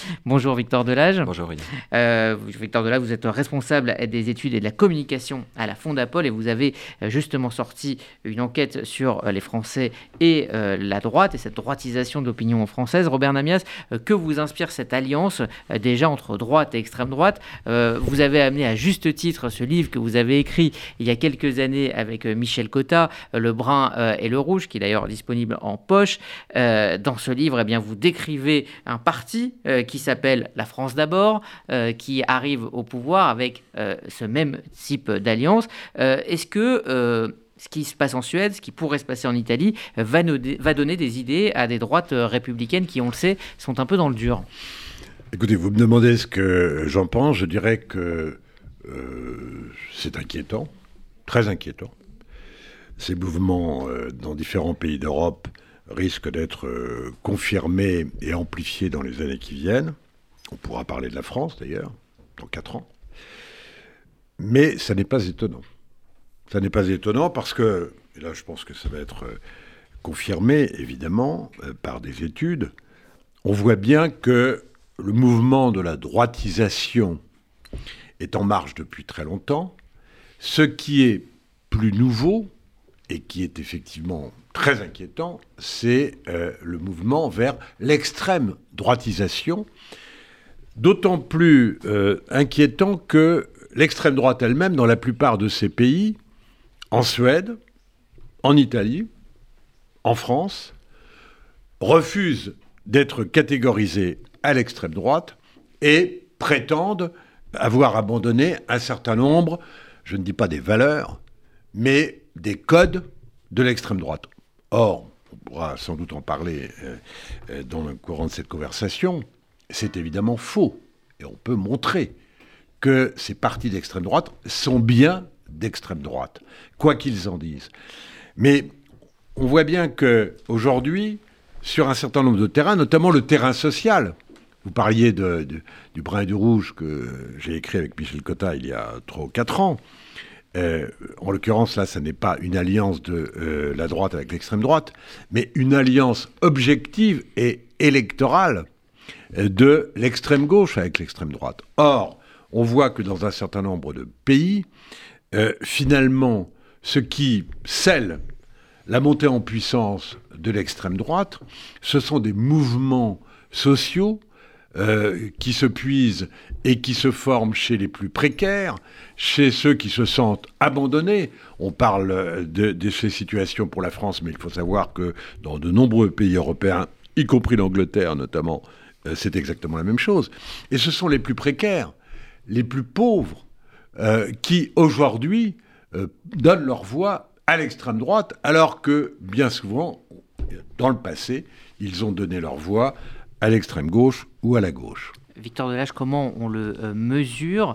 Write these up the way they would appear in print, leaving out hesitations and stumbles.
Bonjour Victor Delage. Bonjour Rudy. Victor Delage, vous êtes responsable des études et de la communication à la Fondapol et vous avez justement sorti une enquête sur les Français et la droite et cette droitisation de l'opinion française. Robert Namias, que vous inspire cette alliance déjà entre droite et extrême droite? Vous avez amené à juste titre ce livre que vous avez écrit il y a quelques années avec Michel Cotta, Le Brun et le Rouge, qui est d'ailleurs disponible en poche. Dans ce livre, eh bien, vous décrivez un parti qui s'appelle La France d'abord, qui arrive au pouvoir avec ce même type d'alliance. Est-ce que ce qui se passe en Suède, ce qui pourrait se passer en Italie, va donner des idées à des droites républicaines qui, on le sait, sont un peu dans le dur? Écoutez, vous me demandez ce que j'en pense. Je dirais que c'est inquiétant, très inquiétant. Ces mouvements dans différents pays d'Europe risquent d'être confirmés et amplifiés dans les années qui viennent. On pourra parler de la France, d'ailleurs, dans 4 ans. Mais ça n'est pas étonnant. Ça n'est pas étonnant parce que, et là je pense que ça va être confirmé, évidemment, par des études, on voit bien que le mouvement de la droitisation est en marche depuis très longtemps. Ce qui est plus nouveau, et qui est effectivement très inquiétant, c'est le mouvement vers l'extrême droitisation, d'autant plus inquiétant que l'extrême droite elle-même, dans la plupart de ces pays, en Suède, en Italie, en France, refuse d'être catégorisée à l'extrême droite et prétendent avoir abandonné un certain nombre, je ne dis pas des valeurs, mais des codes de l'extrême droite. Or, on pourra sans doute en parler dans le courant de cette conversation, c'est évidemment faux. Et on peut montrer que ces partis d'extrême droite sont bien d'extrême droite, quoi qu'ils en disent. Mais on voit bien qu'aujourd'hui, sur un certain nombre de terrains, notamment le terrain social, vous parliez du Brun et du Rouge que j'ai écrit avec Michel Cotta il y a 3 ou 4 ans. En l'occurrence, là, ça n'est pas une alliance de la droite avec l'extrême droite, mais une alliance objective et électorale de l'extrême gauche avec l'extrême droite. Or, on voit que dans un certain nombre de pays, finalement, ce qui scelle la montée en puissance de l'extrême droite, ce sont des mouvements sociaux qui se puisent et qui se forment chez les plus précaires, chez ceux qui se sentent abandonnés. On parle de ces situations pour la France, mais il faut savoir que dans de nombreux pays européens, y compris l'Angleterre notamment, c'est exactement la même chose. Et ce sont les plus précaires, les plus pauvres, qui aujourd'hui donnent leur voix à l'extrême droite, alors que bien souvent, dans le passé, ils ont donné leur voix à l'extrême gauche ou à la gauche. Victor Delage, comment on le mesure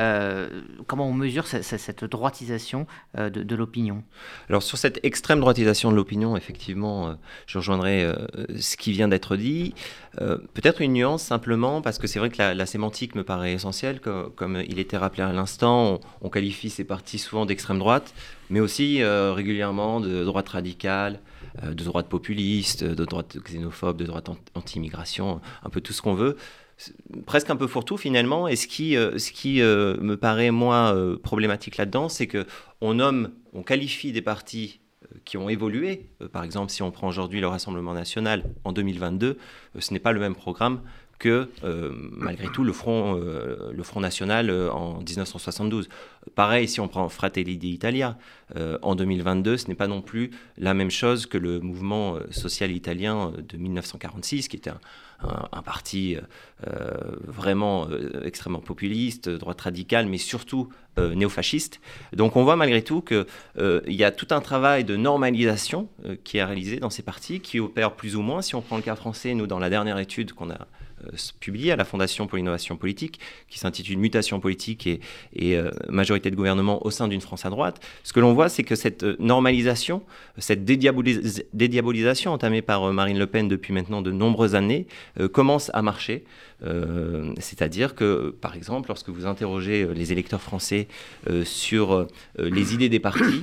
cette droitisation de l'opinion? Alors sur cette extrême droitisation de l'opinion, effectivement, je rejoindrai ce qui vient d'être dit. Peut-être une nuance simplement, parce que c'est vrai que la sémantique me paraît essentielle. Comme il était rappelé à l'instant, on qualifie ces partis souvent d'extrême droite, mais aussi régulièrement de droite radicale, de droite populiste, de droite xénophobe, de droite anti-immigration, un peu tout ce qu'on veut. Presque un peu fourre-tout finalement, et ce qui me paraît moi problématique là-dedans, c'est qu'on qualifie des partis qui ont évolué. Par exemple, si on prend aujourd'hui le Rassemblement National en 2022, ce n'est pas le même programme que malgré tout le Front National en 1972. Pareil, si on prend Fratelli d'Italia, en 2022, ce n'est pas non plus la même chose que le mouvement social italien de 1946, qui était un parti vraiment extrêmement populiste, droite radicale, mais surtout néofasciste. Donc on voit malgré tout qu'il y a tout un travail de normalisation qui est réalisé dans ces partis, qui opère plus ou moins. Si on prend le cas français, nous, dans la dernière étude qu'on a publiée à la Fondation pour l'innovation politique, qui s'intitule Mutation politique et majorité de gouvernement au sein d'une France à droite, ce que l'on voit, c'est que cette normalisation, cette dédiabolisation entamée par Marine Le Pen depuis maintenant de nombreuses années, commence à marcher. C'est-à-dire que, par exemple, lorsque vous interrogez les électeurs français sur les idées des partis,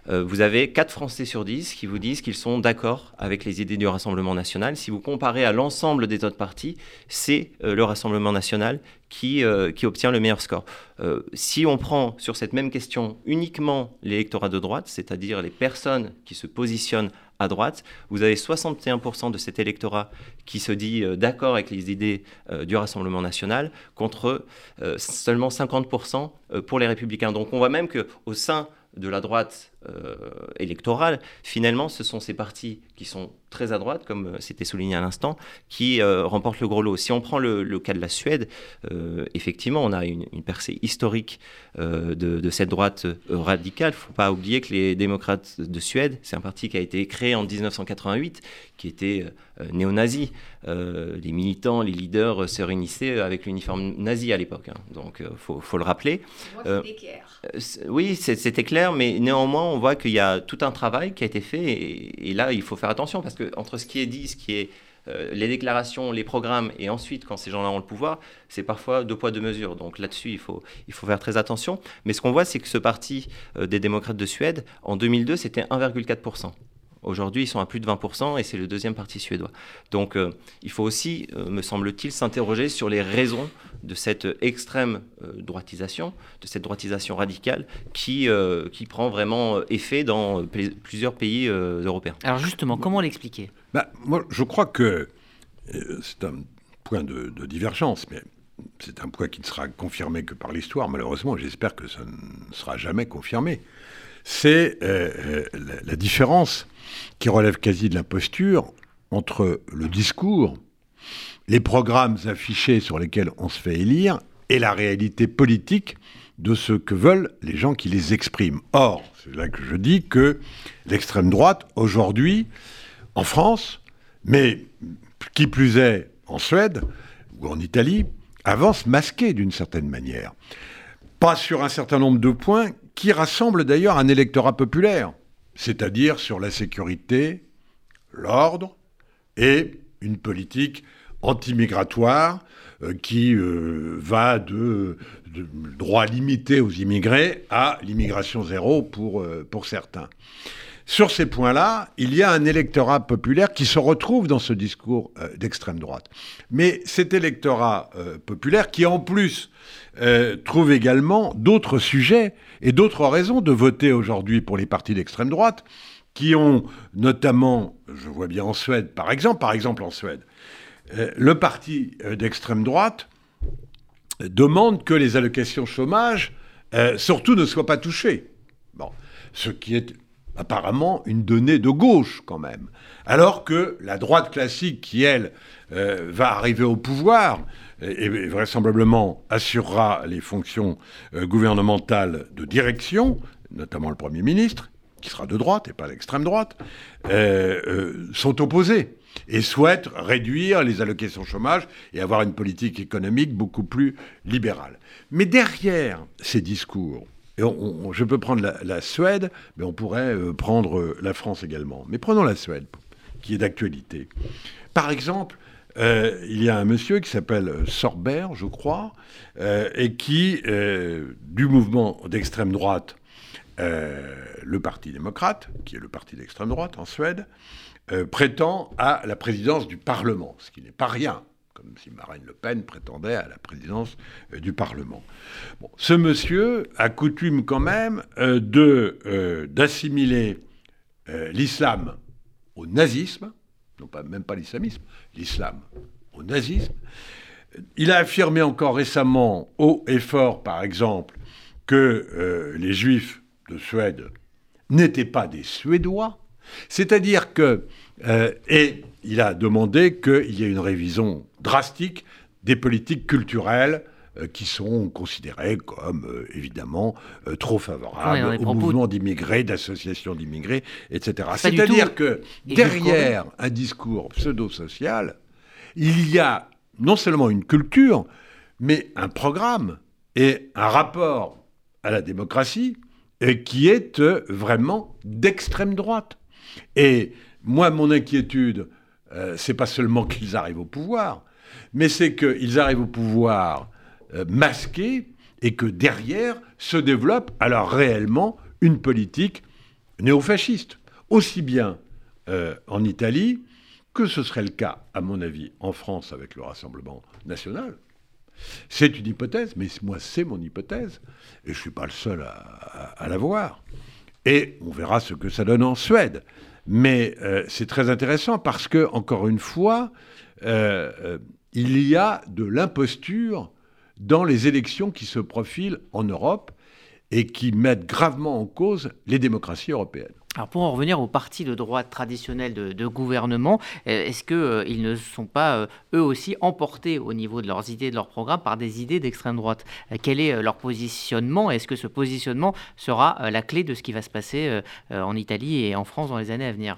vous avez 4 Français sur 10 qui vous disent qu'ils sont d'accord avec les idées du Rassemblement national. Si vous comparez à l'ensemble des autres partis, c'est le Rassemblement national qui obtient le meilleur score. Si on prend sur cette même question uniquement l'électorat de droite, c'est-à-dire les personnes qui se positionnent à droite, vous avez 61% de cet électorat qui se dit d'accord avec les idées du Rassemblement national, contre seulement 50% pour les Républicains. Donc on voit même qu'au sein de la droite électorale, finalement, ce sont ces partis qui sont très à droite, comme c'était souligné à l'instant, qui remportent le gros lot. Si on prend le cas de la Suède, effectivement, on a une percée historique de cette droite radicale. Il ne faut pas oublier que les démocrates de Suède, c'est un parti qui a été créé en 1988, qui était néo-nazi. Les militants, les leaders se réunissaient avec l'uniforme nazi à l'époque. Donc, faut le rappeler. Moi, c'était clair. Oui, c'était clair, mais néanmoins, on voit qu'il y a tout un travail qui a été fait. Et là, il faut faire attention, parce que entre ce qui est dit, ce qui est les déclarations, les programmes, et ensuite, quand ces gens-là ont le pouvoir, c'est parfois 2 poids 2 mesures. Donc là-dessus, il faut faire très attention. Mais ce qu'on voit, c'est que ce parti des démocrates de Suède, en 2002, c'était 1,4%. Aujourd'hui, ils sont à plus de 20% et c'est le deuxième parti suédois. Donc, il faut aussi, me semble-t-il, s'interroger sur les raisons de cette extrême droitisation, de cette droitisation radicale qui prend vraiment effet dans plusieurs pays européens. Alors justement, comment l'expliquer ? Moi, je crois que c'est un point de divergence, mais c'est un point qui ne sera confirmé que par l'histoire. Malheureusement, j'espère que ça ne sera jamais confirmé. C'est la différence qui relève quasi de l'imposture entre le discours, les programmes affichés sur lesquels on se fait élire et la réalité politique de ce que veulent les gens qui les expriment. Or, c'est là que je dis que l'extrême droite, aujourd'hui, en France, mais qui plus est en Suède ou en Italie, avance masquée d'une certaine manière. Pas sur un certain nombre de points qui rassemblent d'ailleurs un électorat populaire, c'est-à-dire sur la sécurité, l'ordre et une politique anti-migratoire qui va de droits limités aux immigrés à l'immigration zéro pour certains. Sur ces points-là, il y a un électorat populaire qui se retrouve dans ce discours d'extrême droite. Mais cet électorat populaire qui, en plus, trouve également d'autres sujets et d'autres raisons de voter aujourd'hui pour les partis d'extrême droite, qui ont notamment, je vois bien en Suède, par exemple en Suède, le parti d'extrême droite demande que les allocations chômage, surtout, ne soient pas touchées. Bon, ce qui est apparemment une donnée de gauche quand même. Alors que la droite classique qui, elle, va arriver au pouvoir et vraisemblablement assurera les fonctions gouvernementales de direction, notamment le Premier ministre, qui sera de droite et pas d'extrême droite, sont opposés et souhaitent réduire les allocations chômage et avoir une politique économique beaucoup plus libérale. Mais derrière ces discours, et je peux prendre la Suède, mais on pourrait prendre la France également. Mais prenons la Suède, qui est d'actualité. Par exemple, il y a un monsieur qui s'appelle Sorber, je crois, et qui, du mouvement d'extrême droite, le Parti démocrate, qui est le parti d'extrême droite en Suède, prétend à la présidence du Parlement, ce qui n'est pas rien, comme si Marine Le Pen prétendait à la présidence du Parlement. Bon, ce monsieur a coutume quand même d'assimiler l'islam au nazisme, non pas, même pas l'islamisme, l'islam au nazisme. Il a affirmé encore récemment, haut et fort par exemple, que les Juifs de Suède n'étaient pas des Suédois. C'est-à-dire que, et il a demandé qu'il y ait une révision drastique des politiques culturelles qui sont considérées comme, évidemment, trop favorables au mouvement d'immigrés, d'associations d'immigrés, etc. C'est-à-dire que derrière un discours pseudo-social, il y a non seulement une culture, mais un programme et un rapport à la démocratie qui est vraiment d'extrême droite. Et moi, mon inquiétude, c'est pas seulement qu'ils arrivent au pouvoir, mais c'est qu'ils arrivent au pouvoir masqués et que derrière se développe alors réellement une politique néofascistes, aussi bien en Italie que ce serait le cas, à mon avis, en France avec le Rassemblement national. C'est une hypothèse, mais moi, c'est mon hypothèse, et je ne suis pas le seul à l'avoir. Et on verra ce que ça donne en Suède. Mais c'est très intéressant parce que, encore une fois, il y a de l'imposture dans les élections qui se profilent en Europe et qui mettent gravement en cause les démocraties européennes. Alors pour en revenir aux partis de droite traditionnels de gouvernement, est-ce qu'ils ne sont pas eux aussi emportés au niveau de leurs idées, de leurs programmes par des idées d'extrême droite? Quel est leur positionnement? Est-ce que ce positionnement sera la clé de ce qui va se passer en Italie et en France dans les années à venir?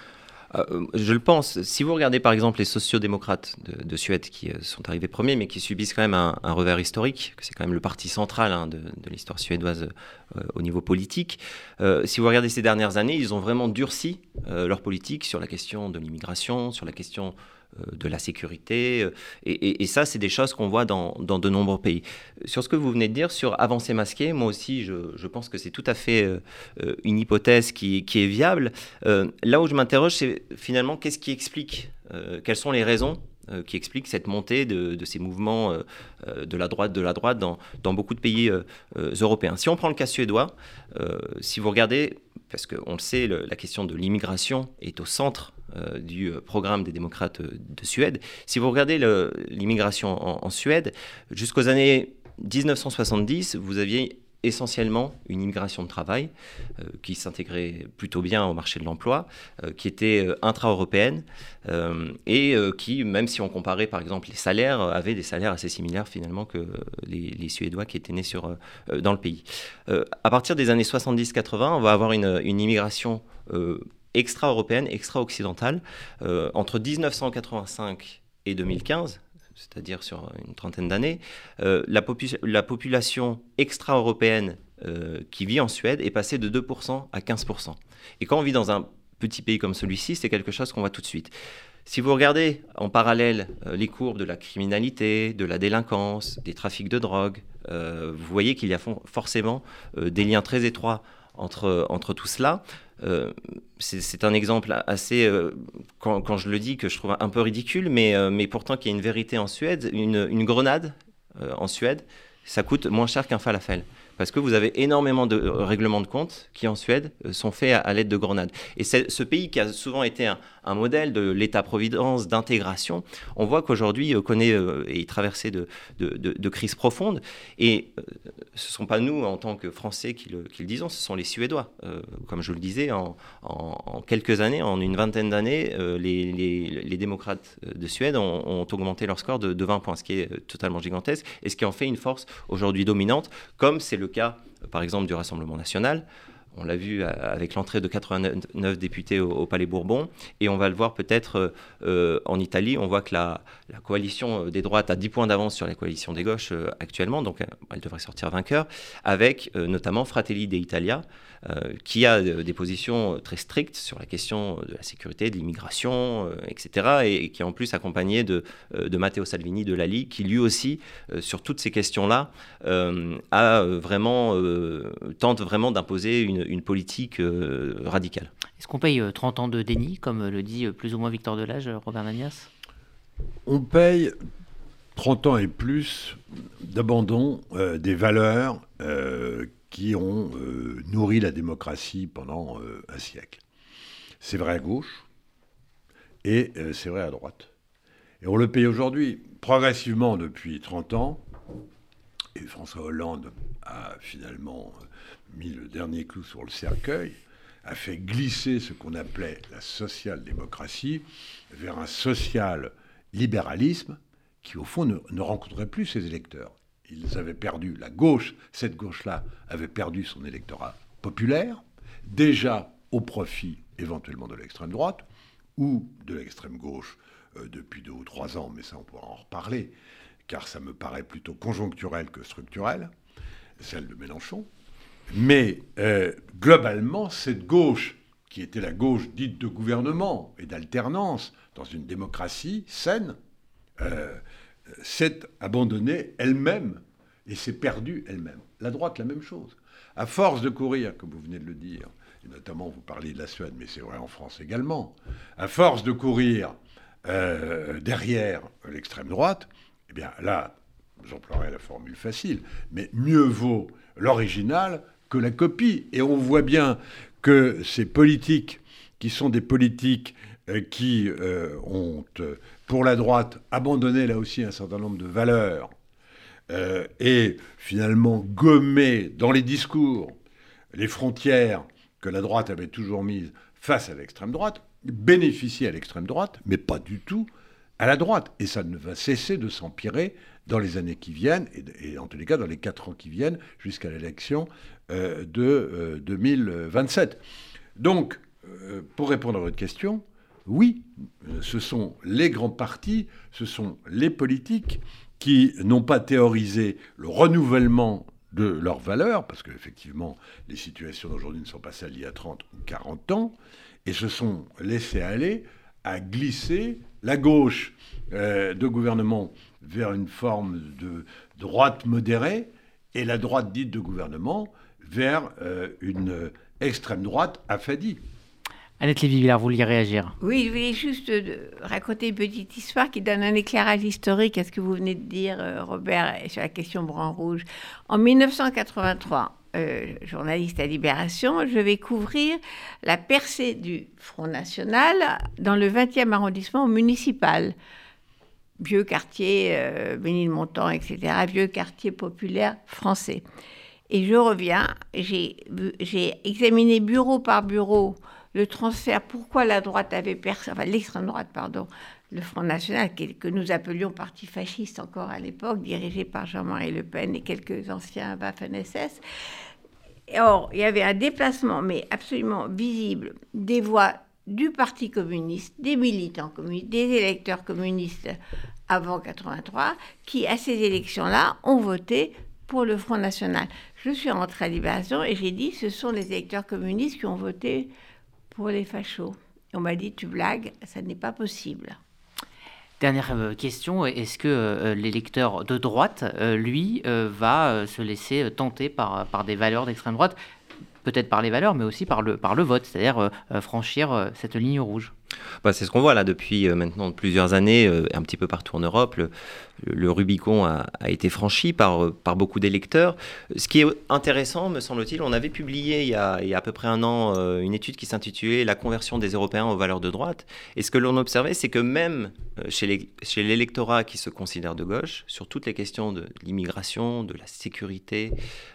Je le pense. Si vous regardez par exemple les sociodémocrates de Suède qui sont arrivés premiers, mais qui subissent quand même un revers historique, que c'est quand même le parti central de l'histoire suédoise au niveau politique. Si vous regardez ces dernières années, ils ont vraiment durci leur politique sur la question de l'immigration, sur la question de la sécurité. Et ça, c'est des choses qu'on voit dans de nombreux pays. Sur ce que vous venez de dire, sur avancée masquée, moi aussi, je pense que c'est tout à fait une hypothèse qui est viable. Là où je m'interroge, c'est finalement qu'est-ce qui explique, quelles sont les raisons qui expliquent cette montée de ces mouvements de la droite dans beaucoup de pays européens. Si on prend le cas suédois, si vous regardez, parce qu'on le sait, la question de l'immigration est au centre du programme des démocrates de Suède. Si vous regardez l'immigration en Suède, jusqu'aux années 1970, vous aviez essentiellement une immigration de travail qui s'intégrait plutôt bien au marché de l'emploi, qui était intra-européenne et qui, même si on comparait par exemple les salaires, avait des salaires assez similaires finalement que les Suédois qui étaient nés dans le pays. À partir des années 70-80, on va avoir une immigration extra-européenne, extra-occidentale. Entre 1985 et 2015, c'est-à-dire sur une trentaine d'années, la population extra-européenne qui vit en Suède est passée de 2% à 15%. Et quand on vit dans un petit pays comme celui-ci, c'est quelque chose qu'on voit tout de suite. Si vous regardez en parallèle les courbes de la criminalité, de la délinquance, des trafics de drogue, vous voyez qu'il y a forcément des liens très étroits entre tout cela. C'est un exemple assez, quand je le dis, que je trouve un peu ridicule, mais pourtant qu'il y a une vérité en Suède. Une grenade en Suède, ça coûte moins cher qu'un falafel. Parce que vous avez énormément de règlements de compte qui, en Suède, sont faits à l'aide de grenades. Et ce pays qui a souvent été un modèle de l'État-providence, d'intégration, on voit qu'aujourd'hui connaît et est traversé de crises profondes. Et ce ne sont pas nous, en tant que Français, qui le disons, ce sont les Suédois. Comme je le disais, en quelques années, en une vingtaine d'années, les démocrates de Suède ont augmenté leur score de 20 points, ce qui est totalement gigantesque, et ce qui en fait une force aujourd'hui dominante, comme c'est le cas, par exemple, du Rassemblement national. On l'a vu avec l'entrée de 89 députés au Palais Bourbon, et on va le voir peut-être en Italie. On voit que la coalition des droites a 10 points d'avance sur la coalition des gauches actuellement, donc elle devrait sortir vainqueur, avec notamment Fratelli d'Italia, qui a des positions très strictes sur la question de la sécurité, de l'immigration, etc., et qui est en plus accompagné de Matteo Salvini de la Ligue, qui lui aussi, sur toutes ces questions-là, tente vraiment d'imposer une politique radicale. Est-ce qu'on paye 30 ans de déni, comme le dit plus ou moins Victor Delage, Robert Nanias? On paye 30 ans et plus d'abandon des valeurs qui ont nourri la démocratie pendant un siècle. C'est vrai à gauche et c'est vrai à droite. Et on le paye aujourd'hui, progressivement depuis 30 ans. Et François Hollande a finalement mis le dernier clou sur le cercueil, a fait glisser ce qu'on appelait la social-démocratie vers un social-libéralisme qui, au fond, ne rencontrait plus ses électeurs. Ils avaient perdu, la gauche, cette gauche-là, avait perdu son électorat populaire, déjà au profit éventuellement de l'extrême droite ou de l'extrême gauche depuis 2 ou 3 ans, mais ça on pourra en reparler, car ça me paraît plutôt conjoncturel que structurel, celle de Mélenchon. Mais globalement, cette gauche, qui était la gauche dite de gouvernement et d'alternance dans une démocratie saine, s'est abandonnée elle-même et s'est perdue elle-même. La droite, la même chose. À force de courir, comme vous venez de le dire, et notamment vous parlez de la Suède, mais c'est vrai en France également, à force de courir derrière l'extrême droite, eh bien là, j'emploierai la formule facile, mais mieux vaut l'original que la copie. Et on voit bien que ces politiques, qui sont des politiques qui ont, pour la droite, abandonné là aussi un certain nombre de valeurs et finalement gommé dans les discours les frontières que la droite avait toujours mises face à l'extrême droite, bénéficient à l'extrême droite, mais pas du tout à la droite. Et ça ne va cesser de s'empirer dans les années qui viennent, et en tous les cas dans les 4 ans qui viennent, jusqu'à l'élection de 2027. Donc, pour répondre à votre question, oui, ce sont les grands partis, ce sont les politiques qui n'ont pas théorisé le renouvellement de leurs valeurs, parce qu'effectivement, les situations d'aujourd'hui ne sont pas celles d'il y a 30 ou 40 ans, et se sont laissés aller à glisser la gauche de gouvernement vers une forme de droite modérée, et la droite dite de gouvernement vers une extrême droite affadie. Annette Lévy-Villard, vous vouliez réagir? Oui, je voulais juste raconter une petite histoire qui donne un éclairage historique à ce que vous venez de dire, Robert, sur la question Brun-Rouge. En 1983, journaliste à Libération, je vais couvrir la percée du Front National dans le 20e arrondissement municipal. Vieux quartier, Ménilmontant, etc., vieux quartier populaire français. Et je reviens, j'ai examiné bureau par bureau le transfert, pourquoi la droite avait l'extrême droite, pardon, le Front National, que nous appelions parti fasciste encore à l'époque, dirigé par Jean-Marie Le Pen et quelques anciens Waffen-SS. Or, il y avait un déplacement, mais absolument visible, des voix du Parti communiste, des militants communistes, des électeurs communistes avant 83, qui, à ces élections-là, ont voté pour le Front National. Je suis rentrée à Libération et j'ai dit, ce sont les électeurs communistes qui ont voté pour les fachos. On m'a dit, tu blagues, ça n'est pas possible. Dernière question, est-ce que l'électeur de droite, lui, va se laisser tenter par des valeurs d'extrême droite, peut-être par les valeurs, mais aussi par le vote, c'est-à-dire franchir cette ligne rouge? C'est ce qu'on voit là depuis maintenant plusieurs années, un petit peu partout en Europe. Le Rubicon a été franchi par beaucoup d'électeurs. Ce qui est intéressant, me semble-t-il, on avait publié il y a à peu près un an une étude qui s'intitulait « La conversion des Européens aux valeurs de droite ». Et ce que l'on observait, c'est que même chez l'électorat qui se considère de gauche, sur toutes les questions de l'immigration, de la sécurité,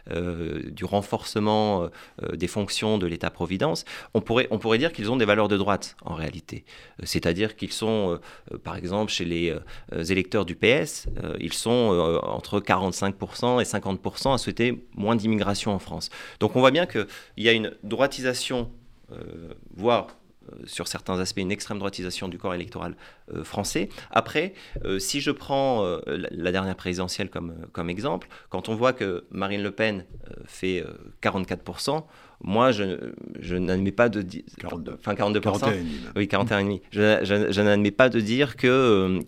du renforcement des fonctions de l'État-providence, on pourrait dire qu'ils ont des valeurs de droite en réalité. C'est-à-dire qu'ils sont, par exemple, chez les électeurs du PS, ils sont entre 45% et 50% à souhaiter moins d'immigration en France. Donc on voit bien qu'il y a une droitisation, voire sur certains aspects une extrême droitisation du corps électoral français. Après, si je prends la dernière présidentielle comme exemple, quand on voit que Marine Le Pen fait 44%, moi, je n'admets pas de dire... 42%. Enfin, 42%. 41,5%. Oui, 41,5%. Je n'admets pas de dire que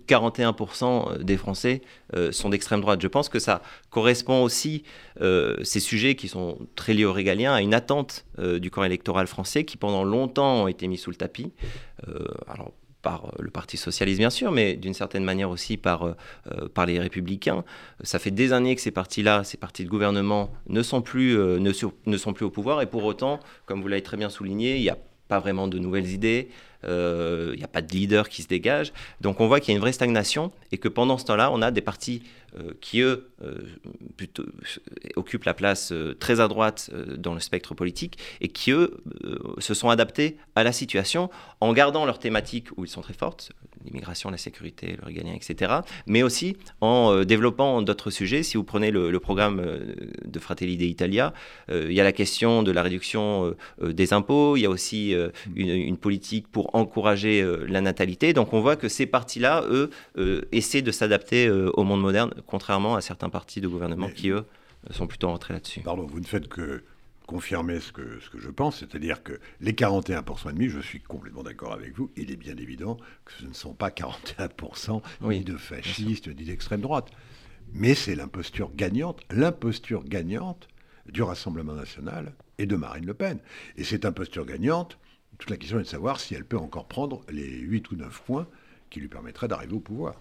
41% des Français sont d'extrême droite. Je pense que ça correspond aussi, ces sujets qui sont très liés au régalien, à une attente du corps électoral français qui, pendant longtemps, ont été mis sous le tapis. Alors, par le Parti socialiste bien sûr, mais d'une certaine manière aussi par les Républicains. Ça fait des années que ces partis-là, ces partis de gouvernement ne sont plus au pouvoir, et pour autant, comme vous l'avez très bien souligné, il n'y a pas vraiment de nouvelles idées, il n'y a pas de leader qui se dégage. Donc on voit qu'il y a une vraie stagnation, et que pendant ce temps-là, on a des partis qui, eux, plutôt, occupent la place très à droite dans le spectre politique, et qui, eux, se sont adaptés à la situation en gardant leurs thématiques où ils sont très fortes, l'immigration, la sécurité, le régalien, etc., mais aussi en développant d'autres sujets. Si vous prenez le programme de Fratelli d'Italia, il y a la question de la réduction des impôts, il y a aussi une politique pour encourager la natalité. Donc on voit que ces partis-là, eux, essaient de s'adapter au monde moderne, contrairement à certains partis de gouvernement qui, eux, sont plutôt en retrait là-dessus. Pardon, vous ne faites que confirmer ce que je pense, c'est-à-dire que les 41,5%, je suis complètement d'accord avec vous, il est bien évident que ce ne sont pas 41% ni de fascistes, ni d'extrême droite. Mais c'est l'imposture gagnante du Rassemblement national et de Marine Le Pen. Et c'est une posture gagnante. Toute la question est de savoir si elle peut encore prendre les 8 ou 9 points qui lui permettraient d'arriver au pouvoir.